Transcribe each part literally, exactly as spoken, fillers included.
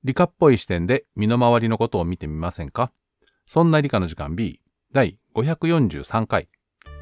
理科っぽい視点で身の回りのことを見てみませんか？そんな理科の時間 B だいごひゃくよんじゅうさんかい。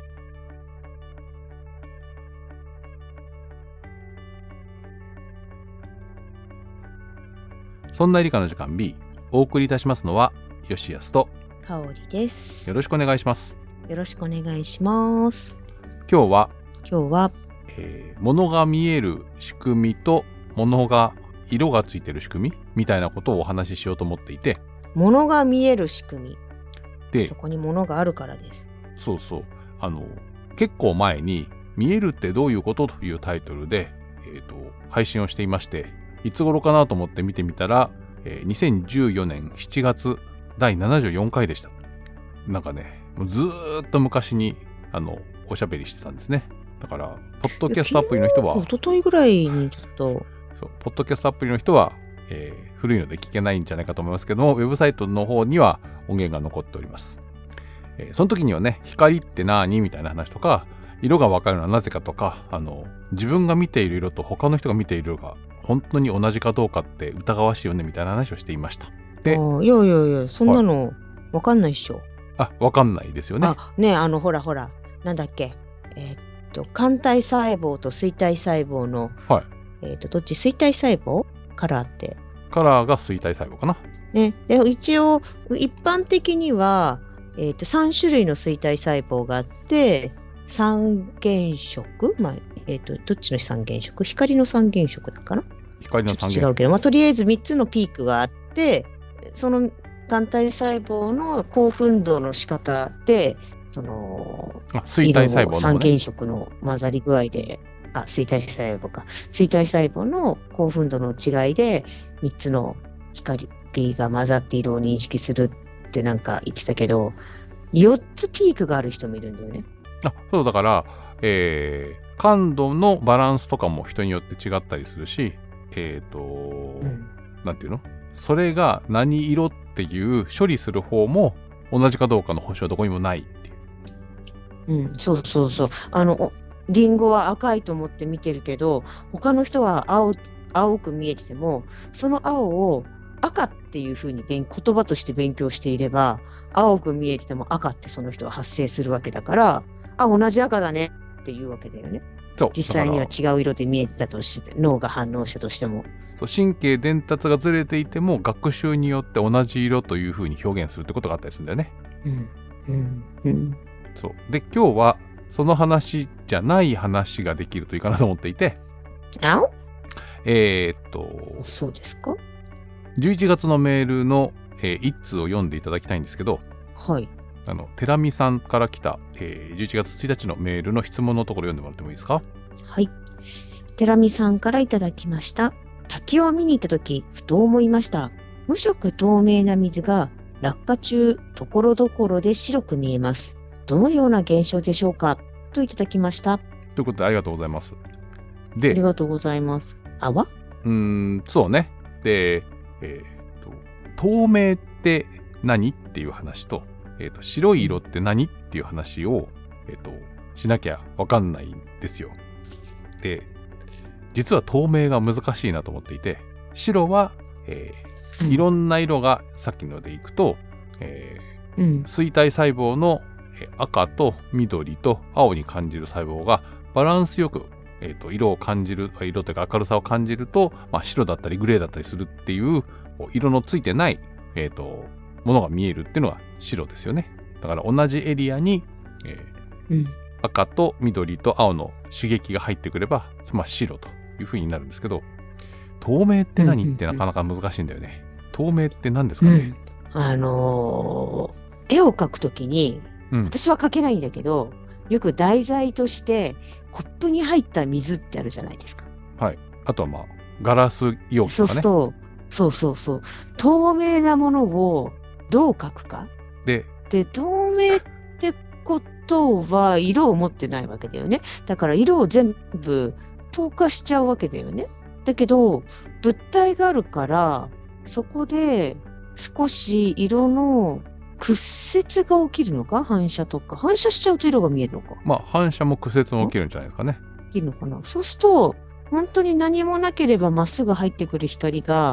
そんな理科の時間 B、 お送りいたしますのは吉安と香織です。 よろしくお願いします。 よろしくお願いします。 今日は今日は、 えー、物が見える仕組みと物が色がついてる仕組みみたいなことをお話ししようと思っていて、 物が見える仕組みでそこに物があるからです。 そうそうあの結構前に見えるってどういうことというタイトルで、えーと、配信をしていまして、いつ頃かなと思って見てみたら、えー、にせんじゅうよねんしちがつだいななじゅうよんかいでした。なんかねもうずーっと昔にあのおしゃべりしてたんですね。だからポッドキャストアプリの人は一昨日ぐらいにちょっとそうポッドキャストアプリの人は、えー、古いので聞けないんじゃないかと思いますけども、ウェブサイトの方には音源が残っております。えー、その時にはね、光って何みたいな話とか、色がわかるのはなぜかとか、あの自分が見ている色と他の人が見ている色が本当に同じかどうかって疑わしいよねみたいな話をしていました。で、 あいやいやいやそんなのわかんないっしょ。 あ、わかんないですよね。 あねあのほらほらなんだっけえー、っと肝体細胞と錐体細胞の、 はい、 えー、っとどっち錐体細胞カラーってカラーが錐体細胞かな。 ね、で一応一般的には、えー、とさん種類の錐体細胞があって三原色、まあえー、とどっちの三原色光の三原色だかな光の三原色違うけど、まあ、とりあえずみっつのピークがあってその肝体細胞の興奮度の仕方でその錐体細胞の、ね、 三原色の混ざり具合であ錐体細胞か錐体細胞の興奮度の違いでみっつの光が混ざって色を認識するってなんか言ってたけど、よっつピークがある人もいるんだよね。 あ、そうだから、えー、感度のバランスとかも人によって違ったりするし、えっ、ー、と、うん、なんていうの？それが何色っていう処理する方も同じかどうかの保証はどこにもないっていう。 うん、そうそうそう。あのリンゴは赤いと思って見てるけど、他の人は青青く見えてても、その青を赤っていう風に言葉として勉強していれば、青く見えてても赤ってその人は発生するわけだから、あ、同じ赤だねっていうわけだよね。 そう。 実際には違う色で見えたとして、脳が反応したとしても。 そう、神経伝達がずれていても、学習によって同じ色という風に表現するってことがあったりするんだよね。 うんうんうん。 そう。で、今日はその話じゃない話ができるといいかなと思っていて。 あおえー、っと。 そうですか。 じゅういちがつのメールの、えー、一通を読んでいただきたいんですけど、 はい。 あの、テラミさんから来た、えー、じゅういちがつついたちのメールの質問のところ読んでもらってもいいですか？ はい。テラミさんからいただきました。滝を見に行ったとき、ふと思いました。無色透明な水が落下中、ところどころで白く見えます。どのような現象でしょうか？といただきました。 ということでありがとうございます。で、 ありがとうございます。泡？ うーん、そうね。で、えー、と透明って何っていう話と、えー、と白い色って何っていう話を、えー、としなきゃわかんないんですよ。で、実は透明が難しいなと思っていて、白は、えー、いろんな色が、さっきのでいくと、えーうん、錐体細胞の赤と緑と青に感じる細胞がバランスよく、えー、と色を感じる、色というか明るさを感じると、まあ、白だったりグレーだったりするっていう色のついてない、えー、とものが見えるっていうのが白ですよね。だから同じエリアに、えーうん、赤と緑と青の刺激が入ってくれば、まあ、白という風になるんですけど、透明って何、うんうんうん、ってなかなか難しいんだよね。透明って何ですかね。 うん、あのー、絵を描くときに、うん、私は描けないんだけど、よく題材としてコップに入った水ってあるじゃないですか。 はい。あとはまあガラス容器とかね。 そうそうそうそう。透明なものをどう描くか。 で、 で透明ってことは色を持ってないわけだよね。だから色を全部透過しちゃうわけだよね。だけど物体があるからそこで少し色の屈折が起きるのか、反射とか反射しちゃうと色が見えるのか。 まあ反射も屈折も起きるんじゃないですかね。 起きるのかな。そうすると本当に何もなければまっすぐ入ってくる光が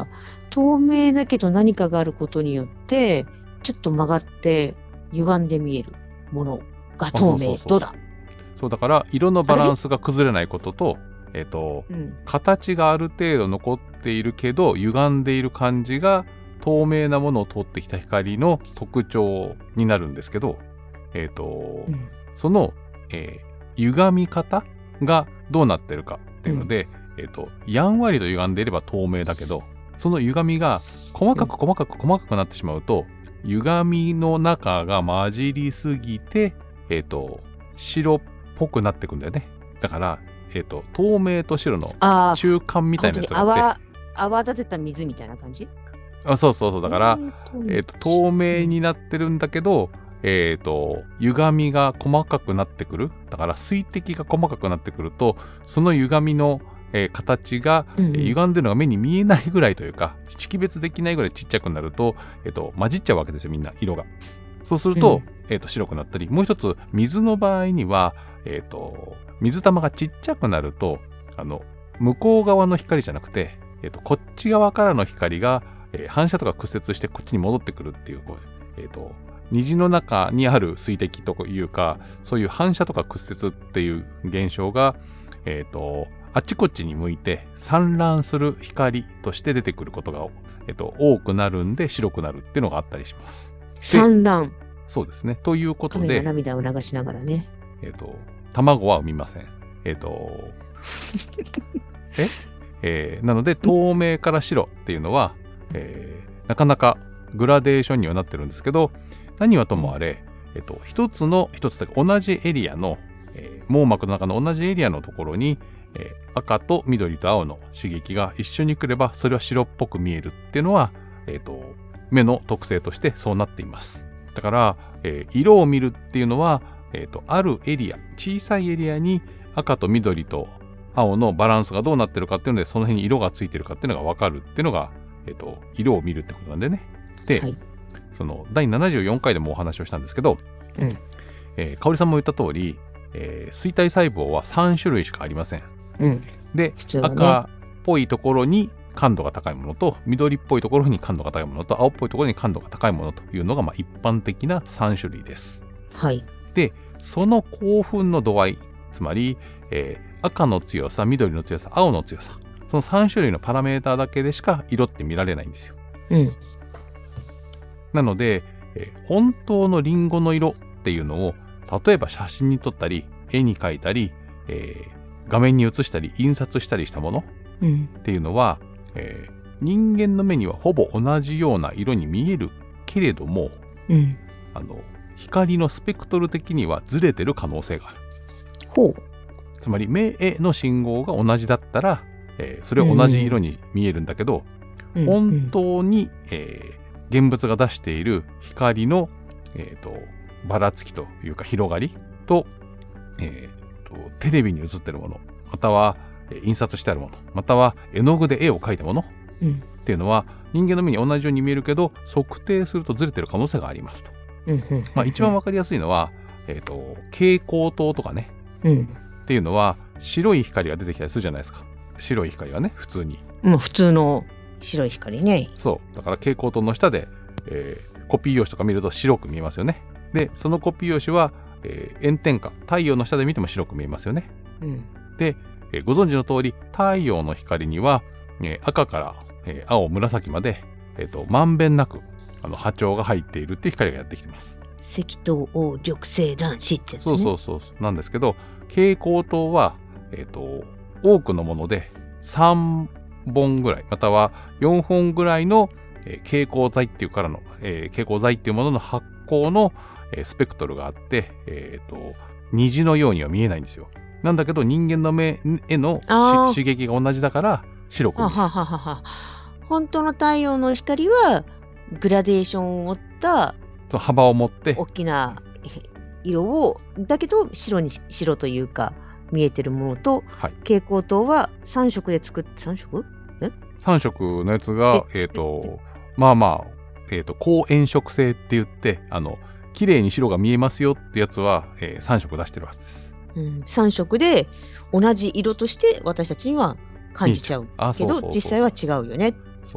透明だけど何かがあることによってちょっと曲がって歪んで見えるものが透明度だ。 そうだから色のバランスが崩れないことと、えっと、うん、形がある程度残っているけど歪んでいる感じが透明なものを通ってきた光の特徴になるんですけど、えっと、うん、その、えー、歪み方がどうなってるかっていうので、うん、えっと、やんわりと歪んでいれば透明だけど、その歪みが細かく細かく細かくなってしまうと、うん、歪みの中が混じりすぎて、えっと、白っぽくなってくんだよね。だから、えっと、透明と白の中間みたいなやつがあって。 泡立てた水みたいな感じ？ あ、そうそうそう。だから、えっと、透明になってるんだけど、えっと、歪みが細かくなってくる。だから、水滴が細かくなってくると、その歪みの、えー、形が、うん、歪んでるのが目に見えないぐらいというか、識別できないぐらいちっちゃくなると、えっと、混じっちゃうわけですよ、みんな、色が。そうすると、うん、えっと、白くなったり、もう一つ、水の場合には、えっと、水玉がちっちゃくなると、あの、向こう側の光じゃなくて、えっと、こっち側からの光が、えー、反射とか屈折してこっちに戻ってくるっていう、こう、えっと、虹の中にある水滴というか、そういう反射とか屈折っていう現象が、えっと、あっちこっちに向いて散乱する光として出てくることが、えっと、多くなるんで白くなるっていうのがあったりします。 散乱。 そうですね。ということで、 涙を流しながらね。 えっと、卵は産みません。えっと、ええー、なので透明から白っていうのは、えー、なかなかグラデーションにはなってるんですけど、何はともあれ、えっと、一つの一つだけ同じエリアの、えー、網膜の中の同じエリアのところに、えー、赤と緑と青の刺激が一緒に来ればそれは白っぽく見えるっていうのは、えっと、目の特性としてそうなっています。だから、えー、色を見るっていうのは、えっと、あるエリア、小さいエリアに赤と緑と青のバランスがどうなってるかっていうので、その辺に色がついてるかっていうのが分かるっていうのが、えっと、色を見るってことなんでね。で、はい、そのだいななじゅうよんかいでもお話をしたんですけど、うんえー、香織さんも言った通り、えー、錐体細胞はさんしゅるいしかありません。うん、で、ね、赤っぽいところに感度が高いものと、緑っぽいところに感度が高いものと、青っぽいところに感度が高いものというのが、まあ、一般的なさんしゅるいです。 はい。 で、その興奮の度合い、つまり、えー、赤の強さ、緑の強さ、青の強さ、そのさんしゅるいのパラメーターだけでしか色って見られないんですよ。うん。なので、えー、本当のリンゴの色っていうのを、例えば写真に撮ったり、絵に描いたり、えー、画面に写したり、印刷したりしたものっていうのは、うんえー、人間の目にはほぼ同じような色に見えるけれども、うん、あの光のスペクトル的にはずれてる可能性がある。 ほう。 つまり目の信号が同じだったら、えー、それは同じ色に見えるんだけど、うん、本当に、えー、現物が出している光の、えーと、ばらつきというか広がりと、えーと、テレビに映ってるもの、または印刷してあるもの、または絵の具で絵を描いたもの、うん、っていうのは人間の目に同じように見えるけど測定するとずれてる可能性がありますと。うんうんうんまあ、一番わかりやすいのは、えーと、蛍光灯とかね、うん、っていうのは白い光が出てきたりするじゃないですか。白い光はね普通に。 もう普通の白い光ね。 そうだから蛍光灯の下で、えー、コピー用紙とか見ると白く見えますよね。でそのコピー用紙は、えー、炎天下太陽の下で見ても白く見えますよね。うん、で、えー、ご存知の通り太陽の光には、えー、赤から、えー、青紫まで、えーと、まんべんなくあの波長が入っているっていう光がやってきてます。 赤道黄緑青卵子ってやつね。 そうそうそうなんですけど蛍光灯は、えーと、多くのものでさんぼんぐらいまたはよんほんぐらいの、えー、蛍光剤っていうからの、えー、蛍光剤っていうものの発光の、えー、スペクトルがあって、えーと、虹のようには見えないんですよ。なんだけど人間の目への刺激が同じだから白く見える。 はははは本当の太陽の光はグラデーションを持ったその幅を持って大きな色をだけど白に白というか見えてるものと、はい、蛍光灯はさん色で作ってさん色えさん色のやつがえっ、ー、とまあまあえっ、ー、と高炎色性って言ってあの綺麗に白が見えますよってやつは、えー、さん色出してるはずです。 うん、さん色で同じ色として私たちには感じちゃうけど実際は違うよね。 そう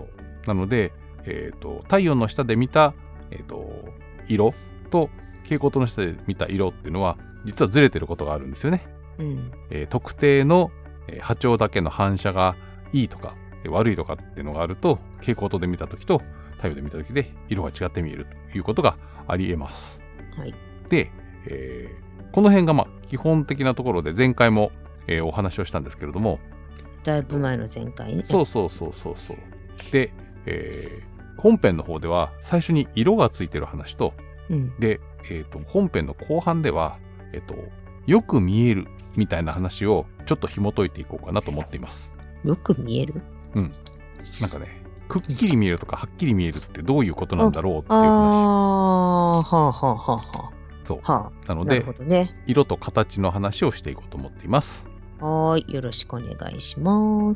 なので、えーと、太陽の下で見た、えーと、色と蛍光灯の下で見た色っていうのは実はずれてることがあるんですよね。 うんえー、特定の波長だけの反射がいいとか悪いとかっていうのがあると、蛍光灯で見た時と太陽で見た時で色が違って見えるということがありえます。 はい、 で、えー、この辺がまあ基本的なところで前回も、えー、お話をしたんですけれども、 だいぶ前の前回ね。 そうそうそうそうそう。で、えー、本編の方では最初に色がついてる話と、 うん、 で、えーと、本編の後半では、えーと、よく見えるみたいな話をちょっと紐解いていこうかなと思っています。 よく見える？ うん。なんかね、くっきり見えるとかはっきり見えるってどういうことなんだろうっていう話。 ああ、はあはあはあはあ。 そう。 はあ、 なので、 なるほどね、 色と形の話をしていこうと思っています。 はい、よろしくお願いします。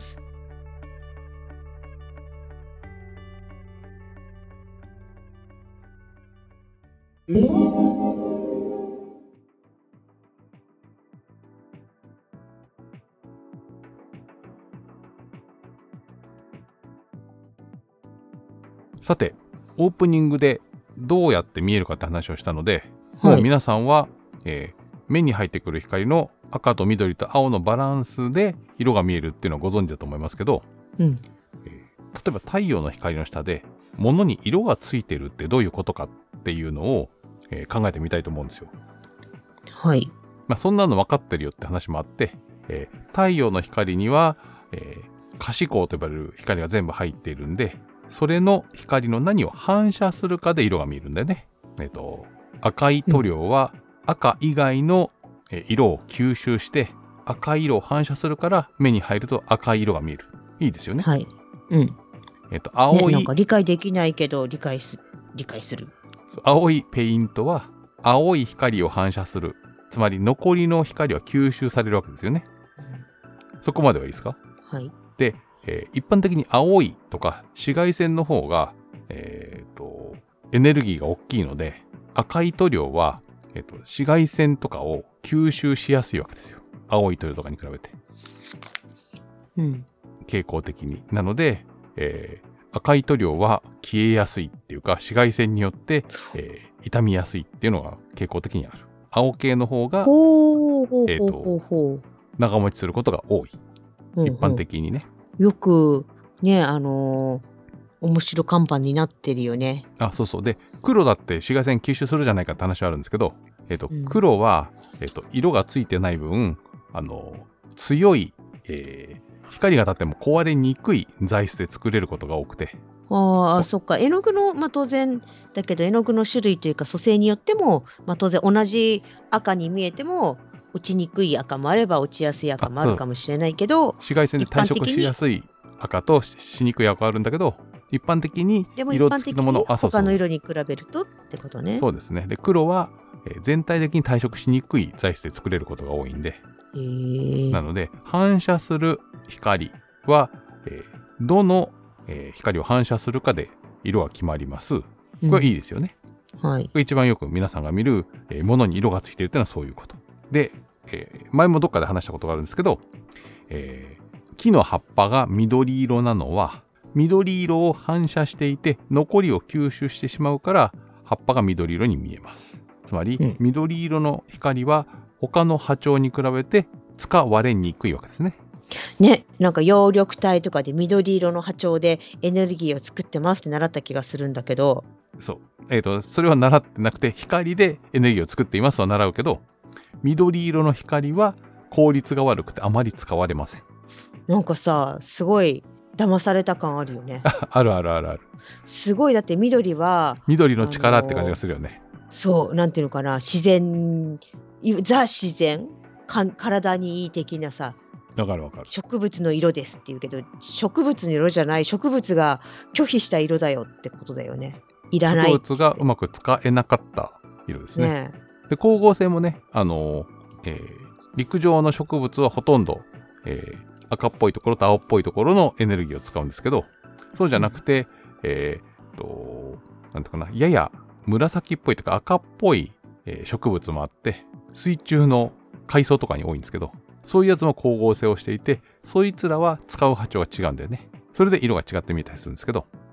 さて、オープニングでどうやって見えるかって話をしたので、 はい、 もう皆さんは、えー、目に入ってくる光の赤と緑と青のバランスで色が見えるっていうのはご存知だと思いますけど、 うんえー、例えば太陽の光の下で物に色がついてるってどういうことかっていうのを、えー、考えてみたいと思うんですよ。 はい。 まあ、そんなの分かってるよって話もあって、えー、太陽の光には、えー、可視光と呼ばれる光が全部入っているんで、それの光の何を反射するかで色が見えるんだよね。えっと、赤い塗料は赤以外の色を吸収して赤い色を反射するから目に入ると赤い色が見える。いいですよね。 はい。うん。 えっと、青い、 ね、なんか理解できないけど理解す、理解する。 青いペイントは青い光を反射する。つまり残りの光は吸収されるわけですよね。うん、そこまではいいですか？ はい。 で、えー、一般的に青いとか紫外線の方が、えー、とエネルギーが大きいので、赤い塗料は、えー、と紫外線とかを吸収しやすいわけですよ。青い塗料とかに比べて。 うん。 傾向的に。なので、えー、赤い塗料は消えやすいっていうか、紫外線によって、えー、傷みやすいっていうのが傾向的にある。青系の方が、えっと、長持ちすることが多い。一般的にね。 よくね、あのー、面白看板になってるよね。 あ、そうそう。で、黒だって紫外線吸収するじゃないかって話はあるんですけど、えっと、うん、黒は、えっと、色がついてない分、あの、強い、えー、光が当たっても壊れにくい材質で作れることが多くて。 ああ、そっか。絵の具の、まあ、当然だけど、絵の具の種類というか組成によっても、まあ、当然同じ赤に見えても、落ちにくい赤もあれば落ちやすい赤もあるかもしれないけど、 紫外線で退色しやすい赤としにくい赤あるんだけど、一般的に色付きのもの、 でも一般的に他の色に比べるとってことね。 そうですね。で、黒は、えー、全体的に退色しにくい材質で作れることが多いんで、 へーなので反射する光は、えー、どの、えー、光を反射するかで色が決まります。これはいいですよね。 うん、はい。これ一番よく皆さんが見る、えー、ものに色がついているというのはそういうこと。で、えー、前もどっかで話したことがあるんですけど、えー、木の葉っぱが緑色なのは緑色を反射していて残りを吸収してしまうから葉っぱが緑色に見えます。つまり、うん、緑色の光は他の波長に比べて使われにくいわけですね。 ね、なんか葉緑体とかで緑色の波長でエネルギーを作ってますって習った気がするんだけど、 そう、えーと、それは習ってなくて光でエネルギーを作っていますは習うけど、緑色の光は効率が悪くてあまり使われません。 なんかさ、すごい騙された感あるよね。 あるあるあるある。 すごい、だって緑は緑の力って感じがするよね。 そう、なんていうのかな、自然、ザ自然か体にいい的なさ、 わかるわかる。 植物の色ですって言うけど、植物の色じゃない、植物が拒否した色だよってことだよね。いらない。 植物がうまく使えなかった色ですね。ね、で、光合成もね、あの、えー、陸上の植物はほとんど、えー、赤っぽいところと青っぽいところのエネルギーを使うんですけど、そうじゃなくて、えー、と、なんていうかな、やや紫っぽいというか赤っぽい、えー、植物もあって、水中の海藻とかに多いんですけど、そういうやつも光合成をしていて、そいつらは使う波長が違うんだよね。それで色が違って見えたりするんですけど、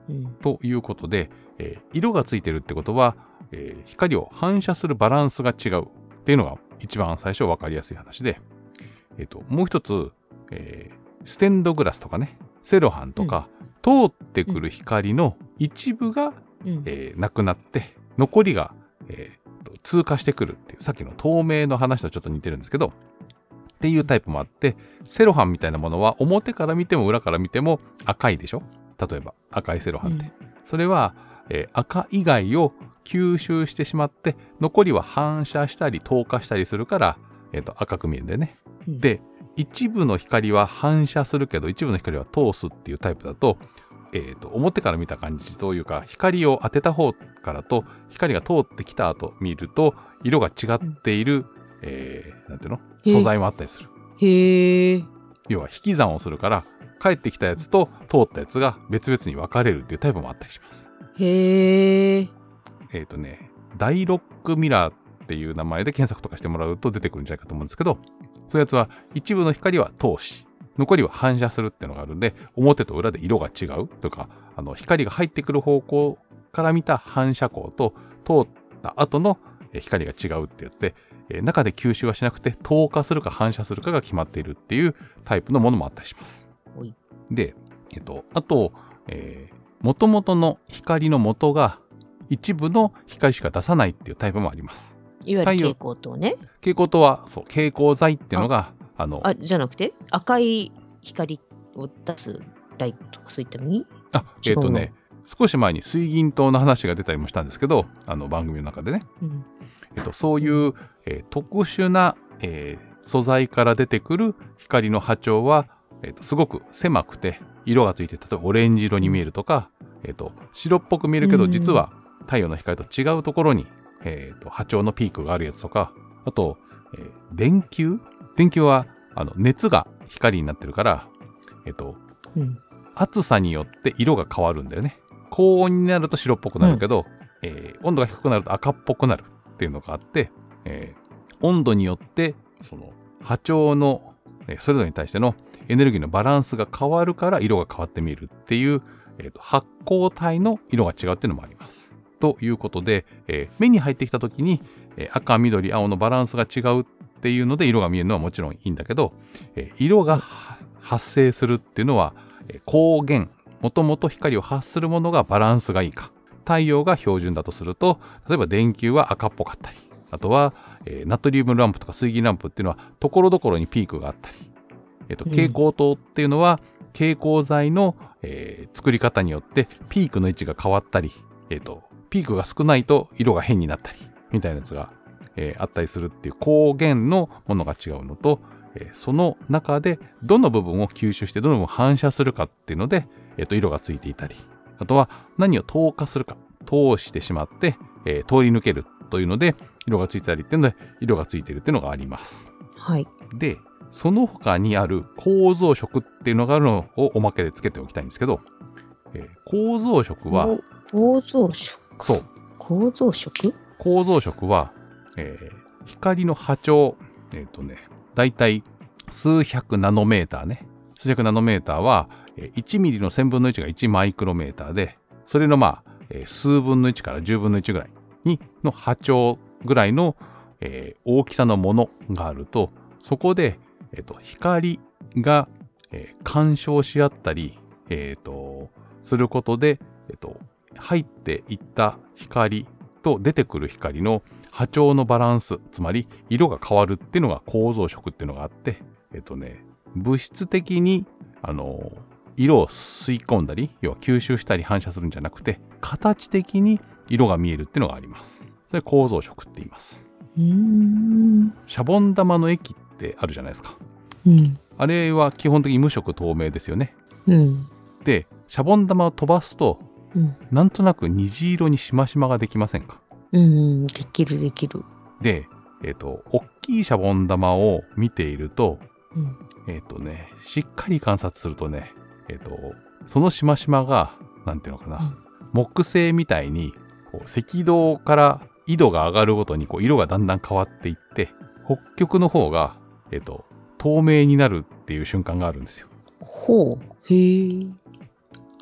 うんということで、えー色がついてるってことは、えー光を反射するバランスが違うっていうのが一番最初分かりやすい話で、えーと、もう一つ、えーステンドグラスとかね、セロハンとか、通ってくる光の一部が、 うんえーなくなって残りが、えーと通過してくるっていう、さっきの透明の話とちょっと似てるんですけど、っていうタイプもあって、セロハンみたいなものは表から見ても裏から見ても赤いでしょ。例えば赤いセロハンって、それは、えー赤以外を吸収してしまって残りは反射したり透過したりするから、えーと赤く見えるんだよね。 うんで、一部の光は反射するけど一部の光は通すっていうタイプだと、えーと表から見た感じというか、光を当てた方からと光が通ってきた後見ると色が違っている、えーなんていうの素材もあったりする。 へえ。 要は引き算をするから帰ってきたやつと通ったやつが別々に分かれるっていうタイプもあったりします。 へえ。 えっとね、ダイロックミラーっていう名前で検索とかしてもらうと出てくるんじゃないかと思うんですけど、そういうやつは一部の光は通し、残りは反射するっていうのがあるんで、表と裏で色が違うとか、あの光が入ってくる方向から見た反射光と通った後の光が違うってやつで、中で吸収はしなくて透過するか反射するかが決まっているっていうタイプのものもあったりします。で、えっと、あと、えー、元々の光の元が一部の光しか出さないっていうタイプもあります。 いわゆる蛍光灯ね。 蛍光灯はそう蛍光剤っていうのがあのあじゃなくて赤い光を出すライトとかそういったのにあえっ、ー、とね少し前に水銀灯の話が出たりもしたんですけど、あの番組の中でね、うんえー、とそういう、えー、特殊な、えー、素材から出てくる光の波長は、えー、とすごく狭くて色がついて、例えばオレンジ色に見えるとか、えー、と白っぽく見えるけど実は太陽の光と違うところに、えー、と波長のピークがあるやつとか、あと、えー、電球電球はあの熱が光になってるから、えっ、ー、と、うん、熱さによって色が変わるんだよね。高温になると白っぽくなるけど、うんえー、温度が低くなると赤っぽくなるっていうのがあって、えー、温度によってその波長の、えー、それぞれに対してのエネルギーのバランスが変わるから色が変わって見えるっていう、えー、と発光体の色が違うっていうのもあります。ということで、えー、目に入ってきた時に、えー、赤、緑、青のバランスが違うっていうので色が見えるのはもちろんいいんだけど、えー、色が発生するっていうのは、えー、光源、もともと光を発するものがバランスがいいか。太陽が標準だとすると、例えば電球は赤っぽかったり、あとは、えー、ナトリウムランプとか水銀ランプっていうのはところどころにピークがあったり、えーと、蛍光灯っていうのは蛍光剤の、えー、作り方によってピークの位置が変わったり、えーと、ピークが少ないと色が変になったりみたいなやつが、えー、あったりするっていう光源のものが違うのと、えー、その中でどの部分を吸収してどの部分を反射するかっていうので、えーと、色がついていたり、あとは何を透過するか、通してしまって、えー、通り抜けるというので色がついてたりっていうので色がついているっていうのがあります。 はい。 で、その他にある構造色っていうのがあるのをおまけでつけておきたいんですけど、えー、構造色は構造色そう構造色構造色は、えー、光の波長えっ、ー、とねだいたい数百ナノメーターね数百ナノメーターは、えー、いちミリのせんぶんのいちがいちマイクロメーターで、それのまあ、えー、数分のいちからじゅうぶんのいちぐらいにの波長ぐらいの、えー、大きさのものがあると、そこで、えー、と光が、えー、干渉し合ったり、えー、とすることで、えー、と入っていった光と出てくる光の波長のバランス、つまり色が変わるっていうのが構造色っていうのがあって、えっとね、物質的にあの色を吸い込んだり、要は吸収したり反射するんじゃなくて、形的に色が見えるっていうのがあります。それ構造色って言います。 うーんシャボン玉の液ってあるじゃないですか。 うん、 あれは基本的に無色透明ですよね。 うん、 で、シャボン玉を飛ばすと、うん、なんとなく虹色にしましまができませんか？ うん、できるできる。 で、えっと、大きいシャボン玉を見ていると、 うん、 えっとね、しっかり観察するとね、えっと、そのしましまが、なんていうのかな、うん、木星みたいに、こう赤道から緯度が上がるごとにこう色がだんだん変わっていって、北極の方が、えっと、透明になるっていう瞬間があるんですよ。 ほう、へえ。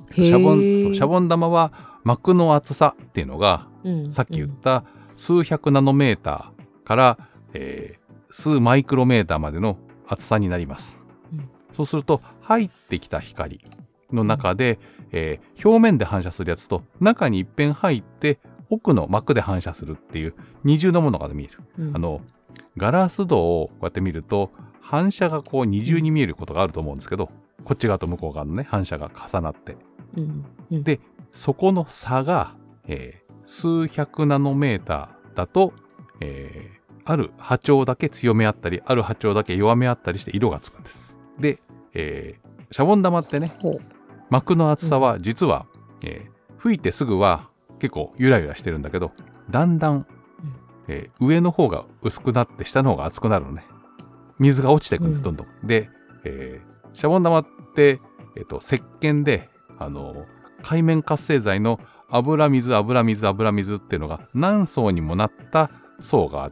えっと、シャボン、そう、シャボン玉は膜の厚さっていうのが、 うん、 さっき言った数百ナノメーターから、えー、数マイクロメーターまでの厚さになります。うん、そうすると入ってきた光の中で、うんえー、表面で反射するやつと中に一遍入って奥の膜で反射するっていう二重のものが見える。うん、あのガラス戸をこうやって見ると反射がこう二重に見えることがあると思うんですけど、こっち側と向こう側のね反射が重なって、うんうん、でそこの差が、えー、数百ナノメーターだと、えー、ある波長だけ強めあったりある波長だけ弱めあったりして色がつくんです。で、えー、シャボン玉ってね膜の厚さは実は、うんえー、吹いてすぐは結構ゆらゆらしてるんだけどだんだん、えー、上の方が薄くなって下の方が厚くなるのね。水が落ちてくるんですどんどん。うん、で、えー、シャボン玉って、えーと、石鹸であの海面活性剤の油水油水油水っていうのが何層にもなった層があって、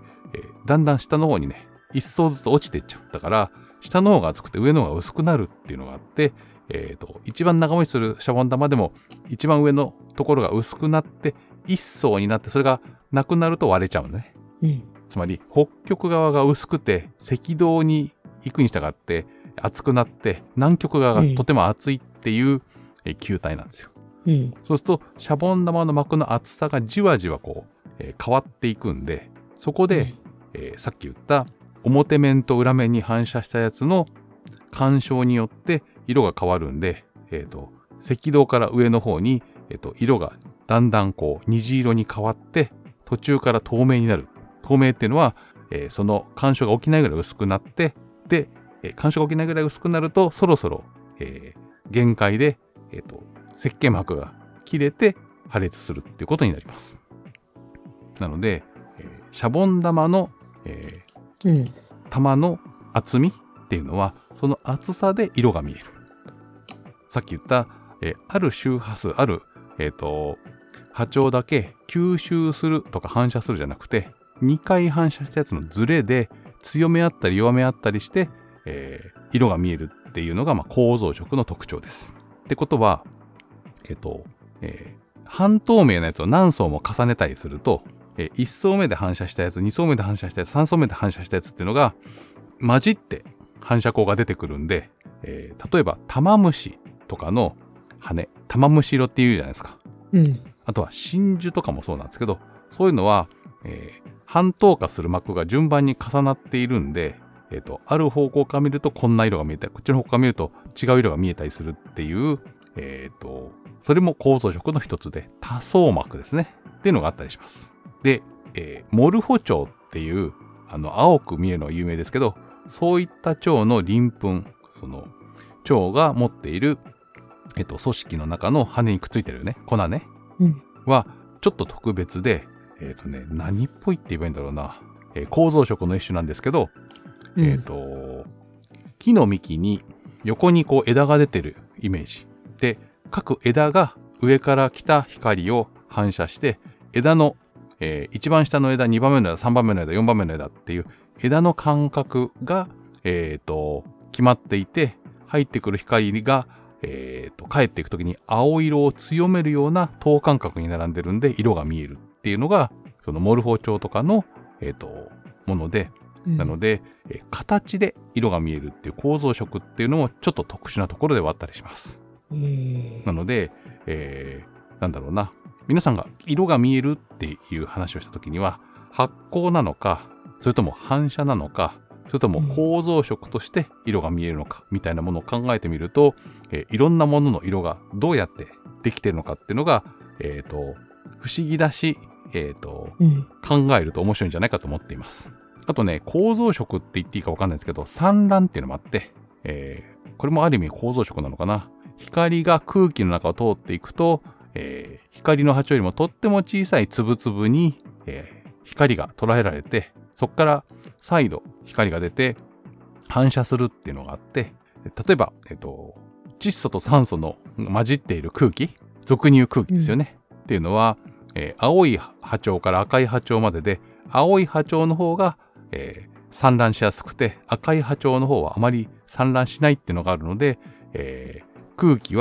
えー、だんだん下の方にね一層ずつ落ちていっちゃう。だから下の方が厚くて上の方が薄くなるっていうのがあって、えーと、一番長持ちするシャボン玉でも一番上のところが薄くなって一層になってそれがなくなると割れちゃうのね。うん、つまり北極側が薄くて赤道に行くに従って厚くなって南極側がとても厚いっていう、うん、球体なんですよ。うん、そうするとシャボン玉の膜の厚さがじわじわこう、えー、変わっていくんでそこで、うんえー、さっき言った表面と裏面に反射したやつの干渉によって色が変わるんで、えーと、赤道から上の方に、えーと、色がだんだんこう虹色に変わって途中から透明になる。透明っていうのは、えー、その干渉が起きないぐらい薄くなってで、えー、干渉が起きないぐらい薄くなるとそろそろ、えー、限界で、えーと、石鹸膜が切れて破裂するっていうことになります。なので、えー、シャボン玉の、えーうん、玉の厚みっていうのはその厚さで色が見える。さっき言った、えー、ある周波数ある、えーと、波長だけ吸収するとか反射するじゃなくてにかい反射したやつのズレで強めあったり弱めあったりして、えー、色が見えるっていうのが、まあ、構造色の特徴です。ってことは、えっとえー、半透明なやつを何層も重ねたりすると、えー、いっ層目で反射したやつに層目で反射したやつさん層目で反射したやつっていうのが混じって反射光が出てくるんで、えー、例えば玉虫とかの羽玉虫色っていうじゃないですか。うん、あとは真珠とかもそうなんですけどそういうのは、えー、半透過する膜が順番に重なっているんで、えーと、ある方向から見るとこんな色が見えたりこっちの方向から見ると違う色が見えたりするっていう、えーと、それも構造色の一つで多層膜ですねっていうのがあったりします。で、えー、モルフォ蝶っていうあの青く見えるのが有名ですけどそういった蝶の鱗粉その蝶が持っているえっと、組織の中の羽にくっついてるね粉ね、うん、はちょっと特別で、えっとね、何っぽいって言えばいいんだろうな、えー、構造色の一種なんですけど、うん、えっと木の幹に横にこう枝が出てるイメージで各枝が上から来た光を反射して枝の、えー、一番下の枝にばんめの枝さんばんめの枝よんばんめの枝っていう枝の間隔が、えー、と決まっていて入ってくる光がえーと、帰っていくときに青色を強めるような等間隔に並んでるんで色が見えるっていうのがそのモルフォ蝶とかの、えーと、もので、うん、なので、えー、形で色が見えるっていう構造色っていうのもちょっと特殊なところではあったりします。なので、えー、なんだろうな皆さんが色が見えるっていう話をしたときには発光なのかそれとも反射なのかそれとも構造色として色が見えるのかみたいなものを考えてみると、えー、いろんなものの色がどうやってできているのかっていうのが、えーと、不思議だし、えーとうん、考えると面白いんじゃないかと思っています。あとね構造色って言っていいか分かんないですけど散乱っていうのもあって、えー、これもある意味構造色なのかな。光が空気の中を通っていくと、えー、光の波長よりもとっても小さい粒々に、えー、光が捉えられてそこから再度光が出て反射するっていうのがあって例えば、えっと、窒素と酸素の混じっている空気俗に言う空気ですよね、うん、っていうのは、えー、青い波長から赤い波長までで青い波長の方が、えー、散乱しやすくて赤い波長の方はあまり散乱しないっていうのがあるので、えー、空気は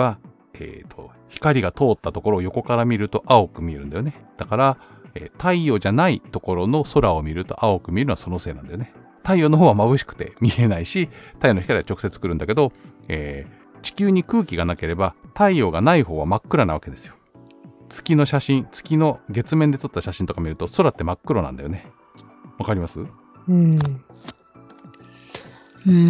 えーと、光が通ったところを横から見ると青く見えるんだよね。だから、えー、太陽じゃないところの空を見ると青く見えるのはそのせいなんだよね。太陽の方は眩しくて見えないし、太陽の光は直接来るんだけど、えー、地球に空気がなければ太陽がない方は真っ暗なわけですよ。月の写真、月の月面で撮った写真とか見ると空って真っ黒なんだよね。わかります？ うん。うん。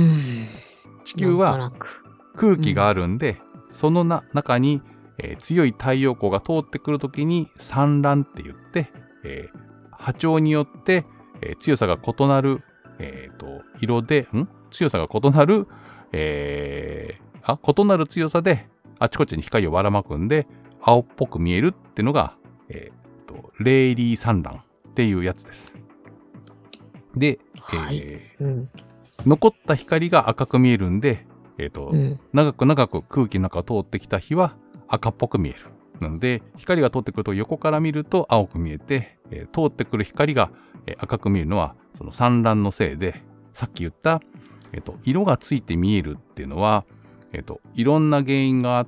地球は空気があるんで、うん、そのな中に、えー、強い太陽光が通ってくるときに散乱って言って、えー、波長によって、えー、強さが異なる、えー、と色でん強さが異なる、えー、あ異なる強さであちこちに光をばらまくんで青っぽく見えるってのが、えー、とレイリー散乱っていうやつです。で、 はいえーうん、 残った光が赤く見えるんで、えーとうん、 長く長く空気の中を通ってきた日は赤っぽく見える。なので光が通ってくると横から見ると青く見えて、えー、通ってくる光が、えー、赤く見えるのはその散乱のせいで、さっき言った、えーと色がついて見えるっていうのは、えーといろんな原因があって、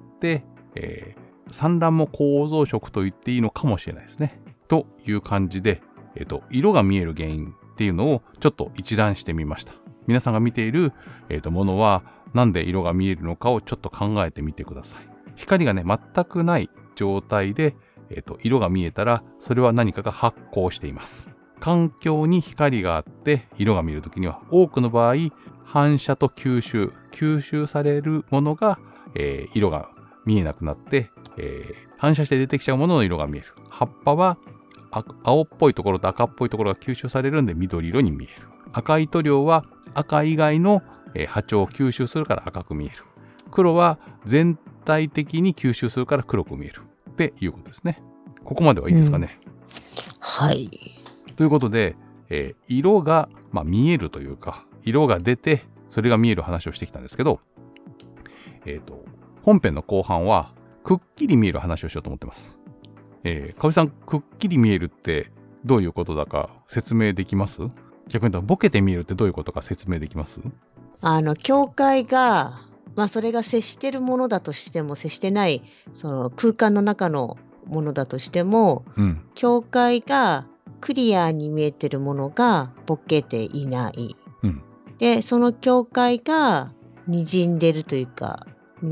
えー、散乱も構造色と言っていいのかもしれないですね。という感じで、えーと色が見える原因っていうのをちょっと一覧してみました。皆さんが見ている、えーとものはなんで色が見えるのかをちょっと考えてみてください。光がね全くない状態で、えーと色が見えたらそれは何かが発光しています。環境に光があって色が見えるときには多くの場合反射と吸収吸収されるものが、えー、色が見えなくなって、えー、反射して出てきちゃうものの色が見える。葉っぱは青っぽいところと赤っぽいところが吸収されるんで緑色に見える。赤い塗料は赤以外の波長を吸収するから赤く見える。黒は全体的に吸収するから黒く見えるっていうことですね。ここまではいいですかね。うん、 はい。 ということで、えー、色が、まあ、見えるというか色が出てそれが見える話をしてきたんですけど、えーと、本編の後半はくっきり見える話をしようと思ってます。えー、かおりさん、くっきり見えるってどういうことだか説明できます？逆に言うとボケて見えるってどういうことか説明できます？ あの境界が、まあ、それが接してるものだとしても接してないその空間の中のものだとしても、うん、境界がクリアに見えてるものがボケていない、うん、でその境界が滲んでるというか、うん、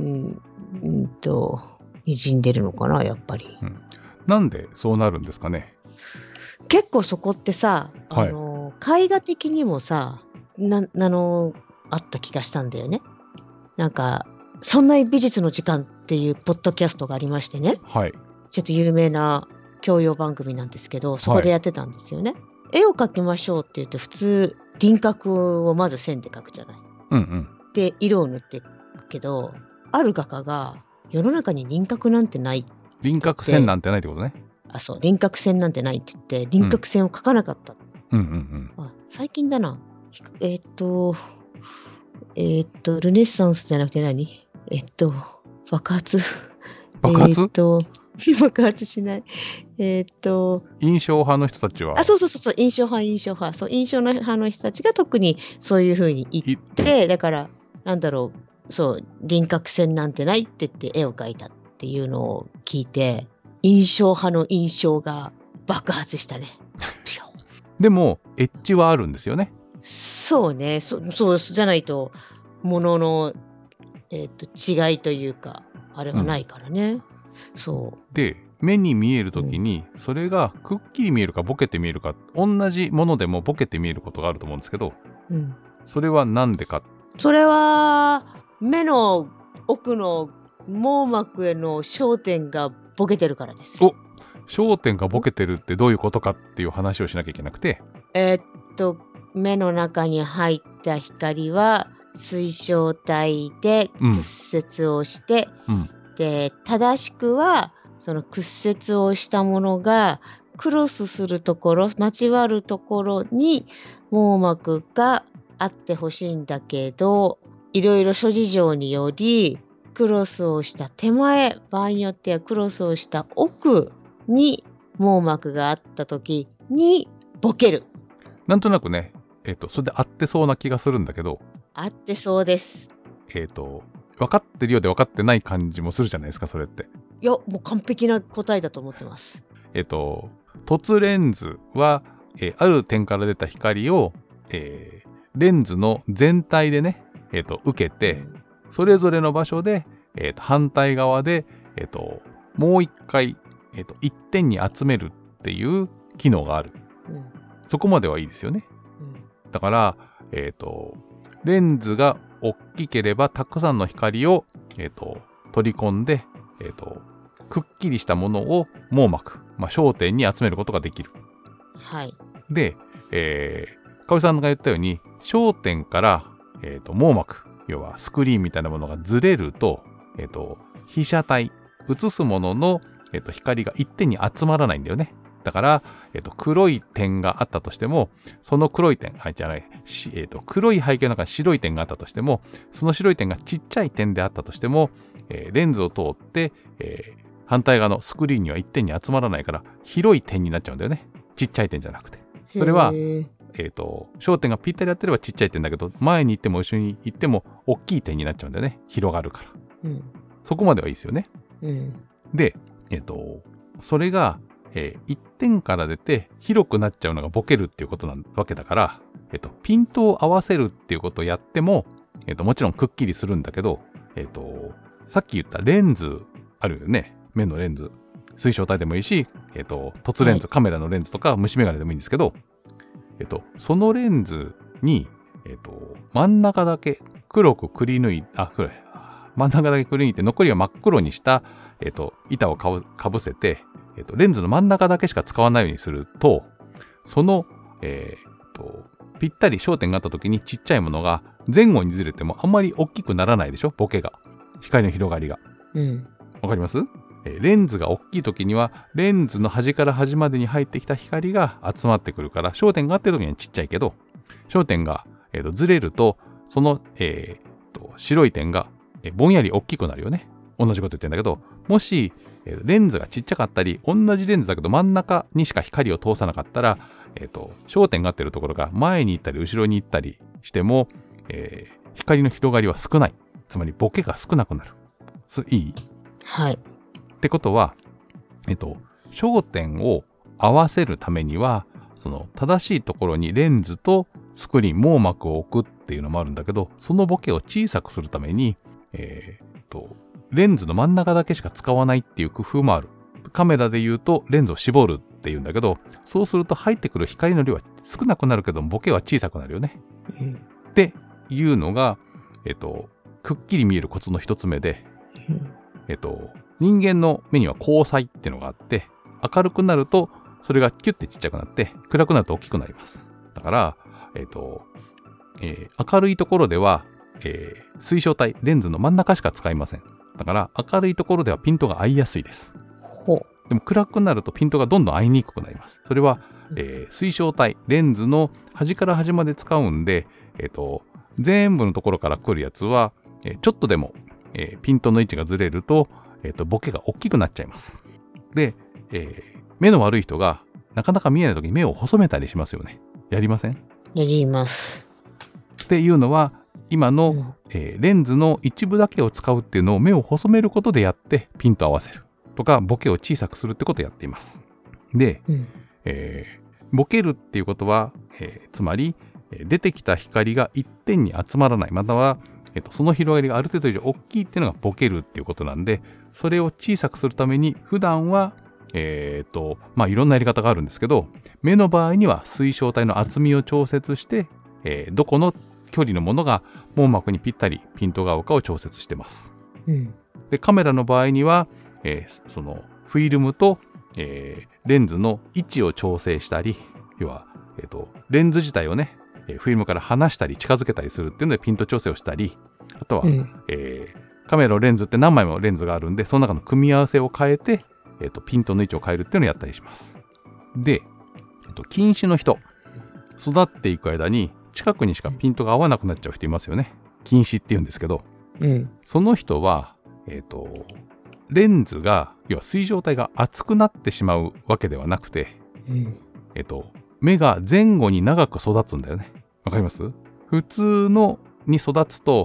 うんと滲んでるのかなやっぱり、 うん、なんでそうなるんですかね。 結構そこってさ、あの、はい、絵画的にもさなあのあった気がしたんだよね。なんかそんな美術の時間っていうポッドキャストがありましてね、はい、ちょっと有名な教養番組なんですけど、そこでやってたんですよね、はい、絵を描きましょうって言って普通輪郭をまず線で描くじゃない、うんうん、で色を塗っていくけど、ある画家が世の中に輪郭なんてないって、 輪郭線なんてないってことね。 あ、そう、輪郭線なんてないって言って輪郭線を描かなかった、うんうんうんうん、あ、最近だな。えー、っとえー、っとルネッサンスじゃなくて何えー、っと爆発爆発、 えー、っと爆発しないえー、っと印象派の人たちは、 あ、そうそうそうそう、印象派印象派そう印象派の人たちが特にそういう風に言って、だからなんだろう、そう輪郭線なんてないって言って絵を描いたっていうのを聞いて、印象派の印象が爆発したね。 でもエッジはあるんですよね。 そうね、そそうじゃないとものの、えー、と違いというかあれがないからね、うん、そうで目に見えるときに、うん、それがくっきり見えるかボケて見えるか、同じものでもボケて見えることがあると思うんですけど、うん、それはなんでか。 それは目の奥の網膜への焦点がボケてるからです。 お、焦点がボケてるってどういうことかっていう話をしなきゃいけなくて、 えー、っと目の中に入った光は水晶体で屈折をして、うんうん、で正しくはその屈折をしたものがクロスするところ、交わるところに網膜があってほしいんだけど、いろいろ諸事情によりクロスをした手前、場合によってはクロスをした奥に網膜があった時にボケる。 なんとなくね、えーと、それで合ってそうな気がするんだけど、 合ってそうです。 えーと、 分かってるようで分かってない感じもするじゃないですか、それって。 いや、もう完璧な答えだと思ってます。 えっと、凸レンズは、えー、ある点から出た光を、えー、レンズの全体でね、えっと、受けて、それぞれの場所で、えっと、反対側で、えっと、もう一回、えっと、一点に集めるっていう機能がある。うん、そこまではいいですよね。うん、だから、えっと、レンズが大きければたくさんの光を、えっと、取り込んで、えっと、くっきりしたものを網膜、まあ、焦点に集めることができる。 はい。 で、えー、かおりさんが言ったように、焦点から、えっと、網膜、要はスクリーンみたいなものがずれると、えっと、被写体、映すものの、えっと、光が一点に集まらないんだよね。だから、えっと、黒い点があったとしても、その黒い点、あ、じゃない、えっと、黒い背景の中に白い点があったとしても、その白い点がちっちゃい点であったとしても、えー、レンズを通って、えー、反対側のスクリーンには一点に集まらないから、広い点になっちゃうんだよね。ちっちゃい点じゃなくて。それは、えっと、焦点がぴったり合ってればちっちゃい点だけど、前に行っても後ろに行っても大きい点になっちゃうんだよね。広がるから。うん、そこまではいいですよね。うん、で、えっと、それが、えー、いってんから出て広くなっちゃうのがボケるっていうことなわけだから、えっと、ピントを合わせるっていうことをやっても、えっと、もちろんくっきりするんだけど、えっと、さっき言ったレンズあるよね。目のレンズ。水晶体でもいいし、えっと、凸レンズ、はい、カメラのレンズとか虫眼鏡でもいいんですけど、えっと、そのレンズに、えっと、真ん中だけ黒くくり抜い、あ、黒い、真ん中だけくり抜いて残りは真っ黒にした、えっと、板をかぶ、かぶせて、えっと、レンズの真ん中だけしか使わないようにすると、その、えー、とぴったり焦点があった時にちっちゃいものが前後にずれてもあんまり大きくならないでしょ、ボケが。光の広がりが。うん。わかります？えー、レンズが大きい時には、レンズの端から端までに入ってきた光が集まってくるから、焦点があってる時にはちっちゃいけど、焦点が、えー、とずれると、その、えー、と白い点が、えー、ぼんやり大きくなるよね。同じこと言ってるんだけど、もし、えー、レンズがちっちゃかったり、同じレンズだけど真ん中にしか光を通さなかったら、えー、と焦点が合ってるところが前に行ったり後ろに行ったりしても、えー、光の広がりは少ない。つまりボケが少なくなる。いい？ はい。 ってことは、えっと、焦点を合わせるためには、その正しいところにレンズとスクリーン、網膜を置くっていうのもあるんだけど、そのボケを小さくするために、えー、と、レンズの真ん中だけしか使わないっていう工夫もある。カメラで言うとレンズを絞るっていうんだけど、そうすると入ってくる光の量は少なくなるけど、ボケは小さくなるよね。うん、っていうのが、えっと、くっきり見えるコツの一つ目で、うん、えっと、人間の目には光彩っていうのがあって、明るくなるとそれがキュッてちっちゃくなって、暗くなると大きくなります。だから、えっと、えー、明るいところでは、えー、水晶体、レンズの真ん中しか使いません。だから明るいところではピントが合いやすいです。ほう。でも暗くなるとピントがどんどん合いにくくなります。それは、えー、水晶体、レンズの端から端まで使うんで、えっと、全部のところから来るやつは、えー、ちょっとでも、えー、ピントの位置がずれると、えっと、ボケが大きくなっちゃいます。で、えー、目の悪い人がなかなか見えないときに目を細めたりしますよね。やりません？ やります。 っていうのは、今の、うんえー、レンズの一部だけを使うっていうのを目を細めることでやってピント合わせるとかボケを小さくするってことをやっています。で、うんえー、ボケるっていうことは、えー、つまり出てきた光が一点に集まらないまたは、えー、とその広がりがある程度以上大きいっていうのがボケるっていうことなんで、それを小さくするために普段はえー、とまあいろんなやり方があるんですけど、目の場合には水晶体の厚みを調節して、えー、どこの距離のものが網膜にぴったりピントが合うかを調節してます。うん、でカメラの場合には、えー、そのフィルムと、えー、レンズの位置を調整したり、要は、えー、とレンズ自体をねフィルムから離したり近づけたりするっていうのでピント調整をしたり、あとは、うんえー、カメラのレンズって何枚もレンズがあるんで、その中の組み合わせを変えて、えー、とピントの位置を変えるっていうのをやったりします。で、えー、と近視の人、育っていく間に近くにしかピントが合わなくなっちゃう人いますよね。近視って言うんですけど、うん、その人は、えーと、レンズが要は水晶体が厚くなってしまうわけではなくて、うんえーと、目が前後に長く育つんだよね。わかります？普通のに育つと、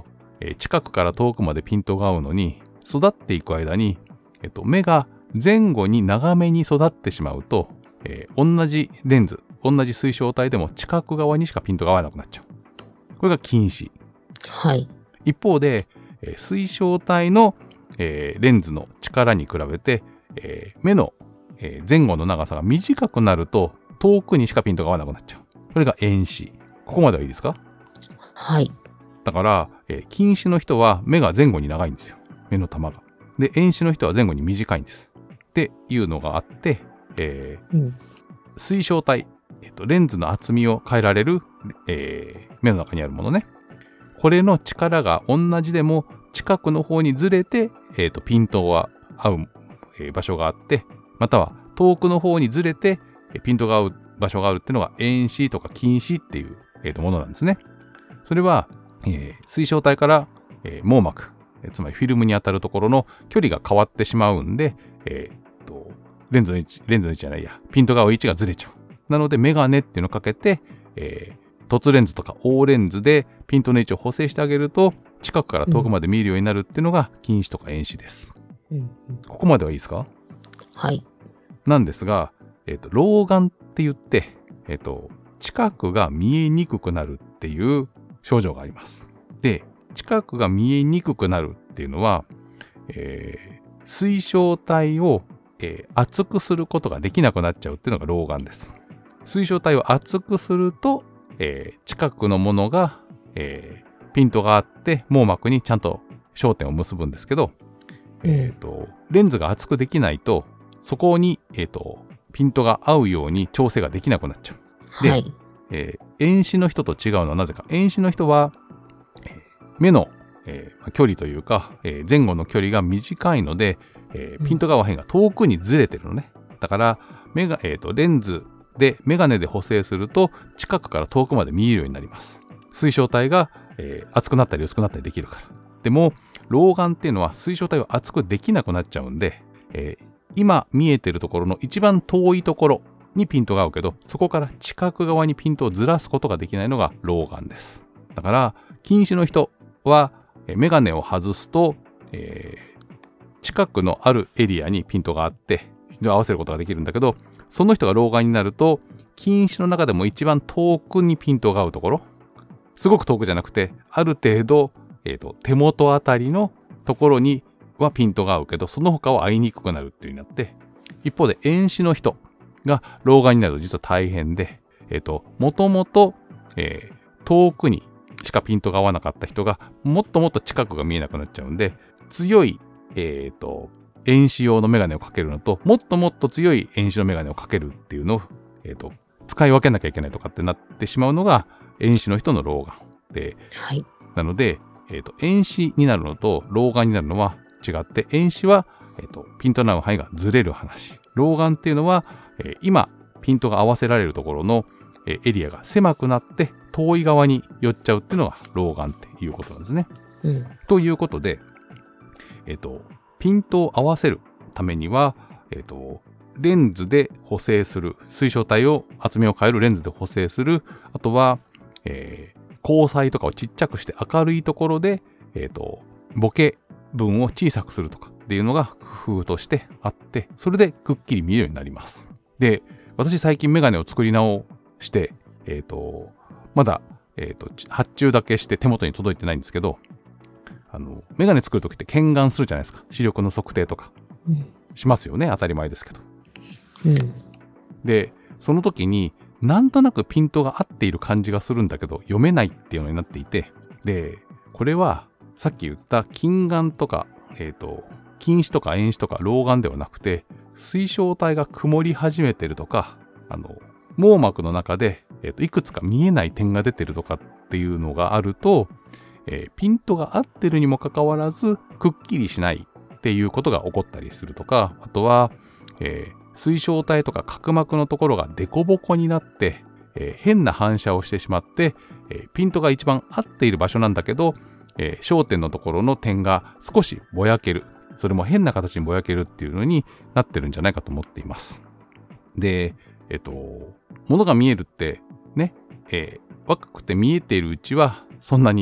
えー、近くから遠くまでピントが合うのに、育っていく間に、えっと、目が前後に長めに育ってしまうと、えー、同じレンズ、同じ水晶体でも近く側にしかピントが合わなくなっちゃう。これが近視。 はい。 一方で、えー、水晶体の、えー、レンズの力に比べて、えー、目の、えー、前後の長さが短くなると遠くにしかピントが合わなくなっちゃう。それが遠視。ここまではいいですか？ はい。 だから、えー、近視の人は目が前後に長いんですよ。目の玉が。で、遠視の人は前後に短いんです。っていうのがあって、えーうん、水晶体、えーと、レンズの厚みを変えられる、えー、目の中にあるものね。これの力が同じでも近くの方にずれて、えーと、ピントが合う、えー、場所があって、または遠くの方にずれて、えー、ピントが合う場所があるっていうのが遠視とか近視っていう、えーと、ものなんですね。それは、えー、水晶体から、えー、網膜、えー、つまりフィルムに当たるところの距離が変わってしまうんで、えーと、レンズの位置、レンズの位置じゃないや、ピントが合う位置がずれちゃう。なので、メガネっていうのをかけて、えー、凸レンズとか大レンズでピントの位置を補正してあげると、近くから遠くまで見えるようになるっていうのが近視とか遠視です。うんうん、ここまではいいですか？ はい。 なんですが、えーと、老眼って言って、えーと、近くが見えにくくなるっていう症状があります。で、近くが見えにくくなるっていうのは、えー、水晶体を、えー、厚くすることができなくなっちゃうっていうのが老眼です。水晶体を厚くすると、えー、近くのものが、えーピントがあって網膜にちゃんと焦点を結ぶんですけど、うん、えっと、レンズが厚くできないと、そこに、えっと、ピントが合うように調整ができなくなっちゃう。で、はい、えー、遠視の人と違うのはなぜか。遠視の人は、えー、目の、えー、距離というか、えー、前後の距離が短いので、えー、ピントが合わへんが遠くにずれてるのね。だから、目が、えっと、レンズで、メガネで補正すると、近くから遠くまで見えるようになります。水晶体がえー、厚くなったり薄くなったりできるから。でも、老眼っていうのは水晶体を厚くできなくなっちゃうんで、えー、今見えてるところの一番遠いところにピントが合うけど、そこから近く側にピントをずらすことができないのが老眼です。だから、近視の人は、えー、メガネを外すと、えー、近くのあるエリアにピントがあって、合わせることができるんだけど、その人が老眼になると、近視の中でも一番遠くにピントが合うところ、すごく遠くじゃなくて、ある程度、えーと、手元あたりのところにはピントが合うけど、その他は合いにくくなるっていう風になって、一方で遠視の人が老眼になると実は大変で、えっと、もともと、えー、遠くにしかピントが合わなかった人が、もっともっと近くが見えなくなっちゃうんで、強い、えっと、遠視用のメガネをかけるのと、もっともっと強い遠視のメガネをかけるっていうのを、えっと、使い分けなきゃいけないとかってなってしまうのが、遠視の人の老眼で、はい、なので、えーと、遠視になるのと老眼になるのは違って、遠視は、えーと、ピントの合う範囲がずれる話。老眼っていうのは、えー、今ピントが合わせられるところの、えー、エリアが狭くなって遠い側に寄っちゃうっていうのが老眼っていうことなんですね。うん、ということで、えーと、ピントを合わせるためには、えーと、レンズで補正する、水晶体を厚みを変えるレンズで補正する、あとはえー、光彩とかをちっちゃくして明るいところで、えーと、ボケ分を小さくするとかっていうのが工夫としてあって、それでくっきり見えるようになります。で、私最近メガネを作り直して、えーと、まだ、えーと、発注だけして手元に届いてないんですけど、あの、メガネ作るときって検眼するじゃないですか。視力の測定とか。うん、しますよね。当たり前ですけど。うん、で、その時に、なんとなくピントが合っている感じがするんだけど読めないっていうのになっていて、で、これはさっき言った近眼とか、えっと、近視とか遠視とか老眼ではなくて、水晶体が曇り始めてるとか、あの、網膜の中で、えっと、いくつか見えない点が出てるとかっていうのがあると、えー、ピントが合ってるにもかかわらず、くっきりしないっていうことが起こったりするとか、あとは、えー水晶体とか角膜のところがデコボコになって、えー、変な反射をしてしまって、えー、ピントが一番合っている場所なんだけど、えー、焦点のところの点が少しぼやける。それも変な形にぼやけるっていうのになってるんじゃないかと思っています。で、えっと、物が見えるってね、えー、若くて見えているうちはそんなに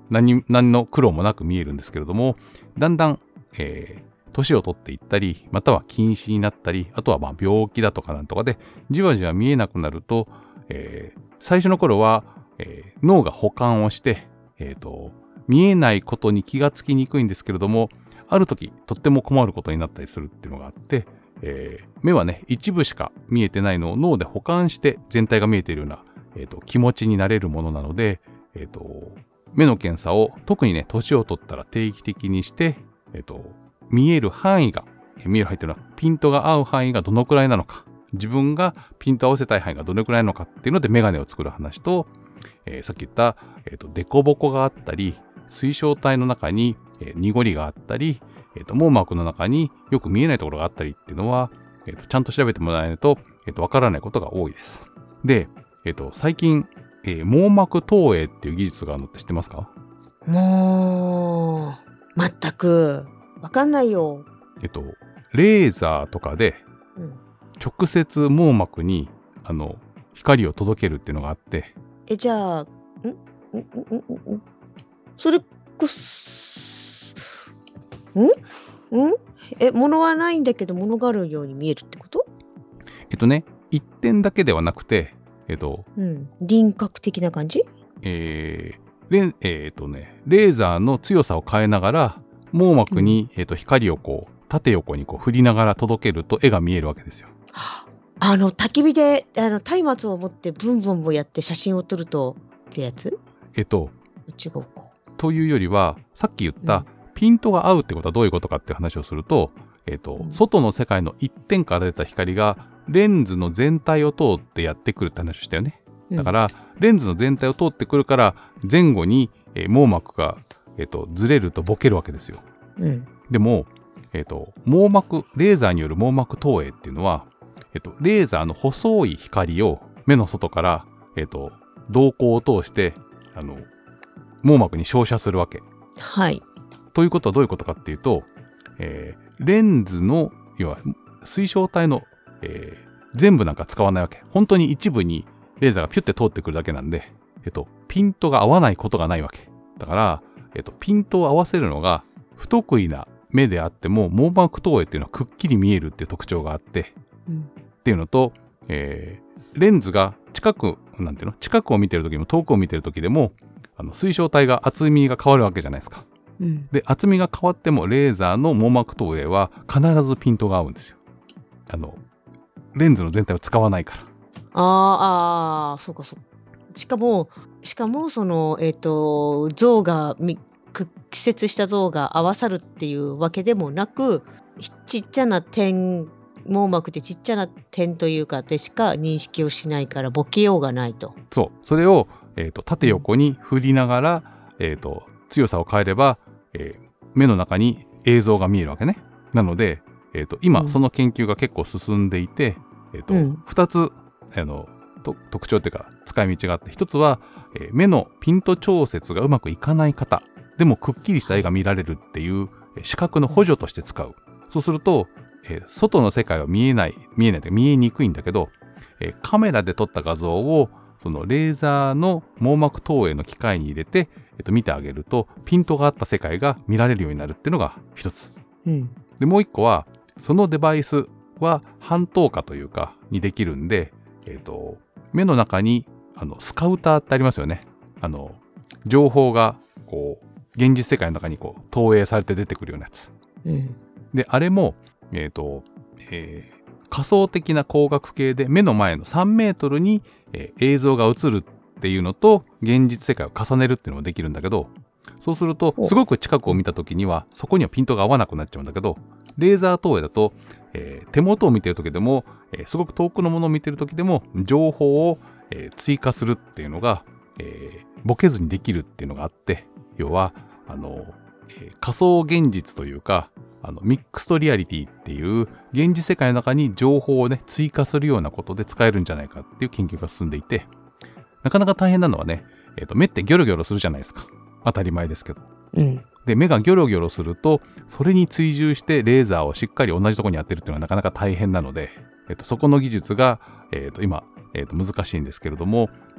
何何の苦労もなく見えるんですけれども、だんだん、えー年を取っていったり、または近視になったり、あとはまあ病気だとかなんとかでじわじわ見えなくなると、えー最初の頃は、えー脳が補完をして、えーと、見えないことに気がつきにくいんですけれども、ある時とっても困ることになったりするっていうのがあって、えー目はね一部しか見えてないのを脳で補完して全体が見えているような、えーと、気持ちになれるものなので、えーと、目の検査を特にね年を取ったら定期的にして、えーと見える範囲が、見える範囲というのはピントが合う範囲がどのくらいなのか、自分がピント合わせたい範囲がどのくらいなのかっていうのでメガネを作る話と、えー、さっき言った、えーと、デコボコがあったり、水晶体の中に、えー、濁りがあったり、えーと、網膜の中によく見えないところがあったりっていうのは、えーと、ちゃんと調べてもらわないと、えーと、わからないことが多いです。で、えーと、最近、えー、網膜投影っていう技術があるのって知ってますか？ もう、全く、わかんないよ。 えっと、レーザーとかでうん。 直接網膜にあの光を届けるっていうのがあって、 え、じゃあ、んんんんんんそれこそ、んんえ、物はないんだけど、物があるように見えるってこと？ えっとね、一点だけではなくて、えっと、 うん。輪郭的な感じ？ えーレンえーっとね、レーザーの強さを変えながら、網膜に、えっと、光をこう、縦横にこう振りながら届けると絵が見えるわけですよ。 あの、焚き火で、あの、松明を持ってブンブンブンやって写真を撮るとってやつ？ えっと、 違うか。 というよりは、さっき言っうんた、ピントが合うってことはどういうことかっていう話をすると、えっと、 うん外の世界の一点から出た光が、レンズの全体を通ってやってくるって話をしたよね。だから、レンズの全体を通ってくるから、前後に、えー網膜が、えっと、ずれるとボケるわけですよ。 うん。 でも、えっと、網膜、レーザーによる網膜投影っていうのは、えっと、レーザーの細い光を目の外から、えっと、瞳孔を通して、あの、網膜に照射するわけ。 はい。 ということはどういうことかっていうと、えーレンズの、要は水晶体の、えー全部なんか使わないわけ。本当に一部にレーザーがピュッて通ってくるだけなんで、えっと、ピントが合わないことがないわけ。だから、えっと、ピントを合わせるのが不得意な目であっても、網膜投影っていうのはくっきり見えるっていう特徴があって、 うん。 っていうのと、えーレンズが近く、なんていうの近くを見てる時も遠くを見てる時でも、あの水晶体が厚みが変わるわけじゃないですか。 うん。 で、厚みが変わってもレーザーの網膜投影は必ずピントが合うんですよ。あの、レンズの全体を使わないから。 あーあー、そうかそうか。しかも、しかも、その、えっ、と、像が、み屈折した像が合わさるっていうわけでもなく、ちっちゃな点、網膜でちっちゃな点というかでしか認識をしないからボケようがないと。 そう。それを、えーと、縦横に振りながら、えーと、強さを変えれば、えー目の中に映像が見えるわけね。なので、えーと、今、 うんその研究が結構進んでいて、えーとうんふたつあのと特徴というか使い道があって、ひとつは、えー目のピント調節がうまくいかない方でもくっきりした絵が見られるっていう、えー視覚の補助として使う。そうすると、えー外の世界は見えない見えないというか見えにくいんだけど、えーカメラで撮った画像をそのレーザーの網膜投影の機械に入れて、えーと見てあげるとピントがあった世界が見られるようになるっていうのが一つ。 うん。 でもう一個は、そのデバイスは半透過というかにできるんで、えーと目の中にあのスカウターってありますよね。あの情報がこう現実世界の中にこう投影されて出てくるようなやつ。 うん。 で、あれも、えーとえー仮想的な光学系で目の前のさんメートルに、えー映像が映るっていうのと現実世界を重ねるっていうのもできるんだけど、そうするとおすごく近くを見た時にはそこにはピントが合わなくなっちゃうんだけど、レーザー投影だと、えー手元を見てる時でも、えーすごく遠くのものを見てる時でも情報を、えー追加するっていうのが、えーボケずにできるっていうのがあって、要はあの、えー仮想現実というか、あのミックストリアリティっていう現実世界の中に情報をね追加するようなことで使えるんじゃないかっていう研究が進んでいて、なかなか大変なのはね、えーと目ってギョロギョロするじゃないですか。当たり前ですけど。 うん。 で、目がギョロギョロすると、それに追従してレーザーをしっかり同じところに当てるっていうのはなかなか大変なので、えっと、そこの技術が、えっと、今、えっと、難しいんですけれども、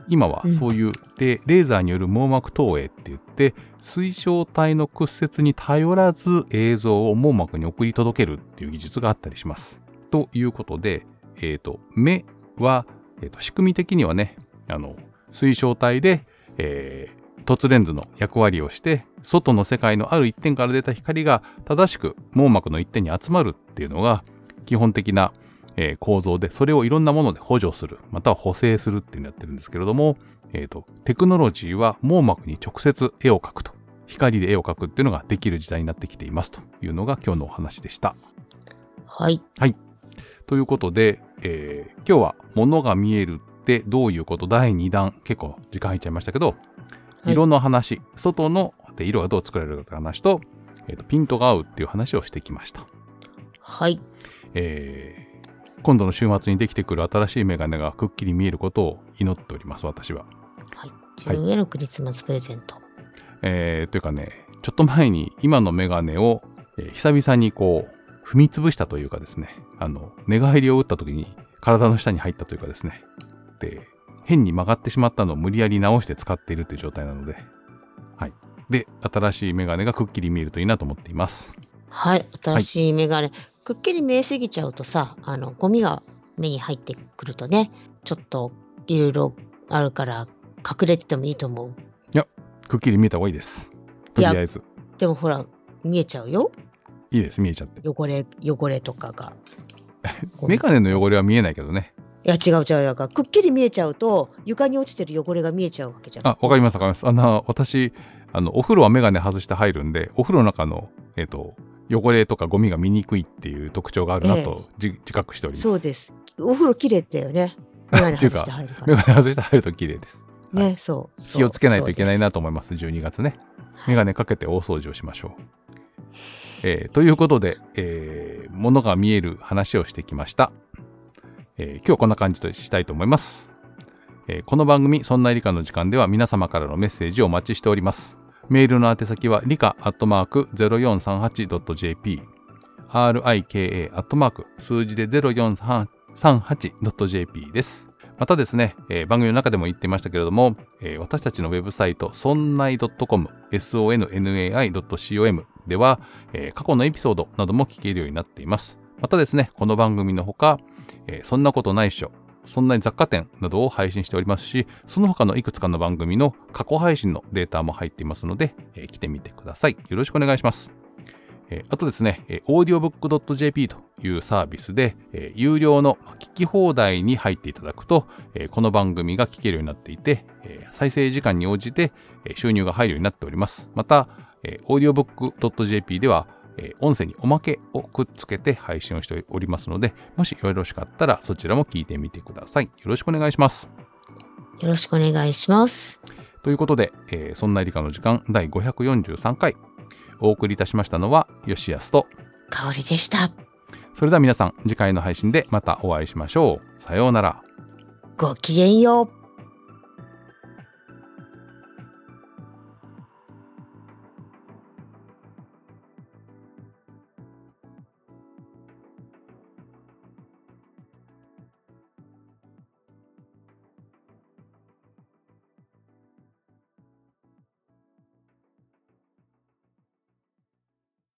今はそういうレ、うん、レーザーによる網膜投影って言って水晶体の屈折に頼らず映像を網膜に送り届けるっていう技術があったりします。ということで、えーと、目は、えーと、仕組み的にはね、あの水晶体で、えー、凸レンズの役割をして外の世界のある一点から出た光が正しく網膜の一点に集まるっていうのが基本的な、えー、構造で、それをいろんなもので補助するまたは補正するっていうのをやってるんですけれども、えーと、テクノロジーは網膜に直接絵を描くと、光で絵を描くっていうのができる時代になってきていますというのが今日のお話でした。 はい。 はい。ということで、えー、今日は物が見えるってどういうことだいにだん、結構時間入っちゃいましたけど、はい、色の話、外ので色がどう作られるかって話と、えーと、ピントが合うっていう話をしてきました。 はい。 えー、今度の週末にできてくる新しいメガネがくっきり見えることを祈っております、私は。 はい。自分へのクリスマスプレゼント。はい、 えー、というかね、ちょっと前に今のメガネを、えー、久々にこう、踏み潰したというかですね、あの、寝返りを打った時に体の下に入ったというかですね、で、変に曲がってしまったのを無理やり直して使っているという状態なので、はい。で、新しいメガネがくっきり見えるといいなと思っています。 はい。新しいメガネ、はい、くっきり見えすぎちゃうとさ、あの、ゴミが目に入ってくるとね、ちょっといろいろあるから隠れててもいいと思う。いや、くっきり見えた方がいいです。とりあえず。 でもほら、見えちゃうよ。 いいです、見えちゃって。 汚れ、汚れとかが。 メガネの汚れは見えないけどね。 いや、違う違う違う。くっきり見えちゃうと、床に落ちてる汚れが見えちゃうわけじゃん。 あ、わかりますわかります。あの、私、あの、お風呂はメガネ外して入るんで、お風呂の中の、えっと、汚れとかゴミが見にくいっていう特徴があるなと、えー、自覚しております。 そうです。お風呂綺麗だよね。メガネ外して入るから。 メガネ外して入ると綺麗です。 ね、 はい、 そう。 気をつけないといけないなと思います。じゅうにがつね。メガネかけて大掃除をしましょう。えー、ということで、えー、物が見える話をしてきました。えー、今日こんな感じとしたいと思います。えー、この番組そんな理科の時間では皆様からのメッセージをお待ちしております。メールの宛先は理科アットマーク ゼロよんさんはちドットジェーピー アールアイケーエー アットマーク数字で ゼロよんさんはちドットジェーピー です。またですね、えー、番組の中でも言っていましたけれども、えー、私たちのウェブサイトそんない .com エスオーエヌエヌエーアイドットコム では、えー、過去のエピソードなども聞けるようになっています。またですね、この番組のほか、えー、そんなことないっしょ、そんな雑貨店などを配信しておりますし、その他のいくつかの番組の過去配信のデータも入っていますので、えー、来てみてください。よろしくお願いします。えー、あとですね、えー、オーディオブックドットジェーピー というサービスで、えー、有料の聞き放題に入っていただくと、えー、この番組が聞けるようになっていて、えー、再生時間に応じて、えー、収入が入るようになっております。また、えー、オーディオブックドットジェーピー では、えー、音声におまけをくっつけて配信をしておりますので、もしよろしかったらそちらも聞いてみてください。よろしくお願いします。 よろしくお願いします。 ということで、えー、そんな理科の時間だいごひゃくよんじゅうさんかいお送りいたしましたのは吉安と香りでした。 それでは皆さん、次回の配信でまたお会いしましょう。さようなら。 ごきげんよう。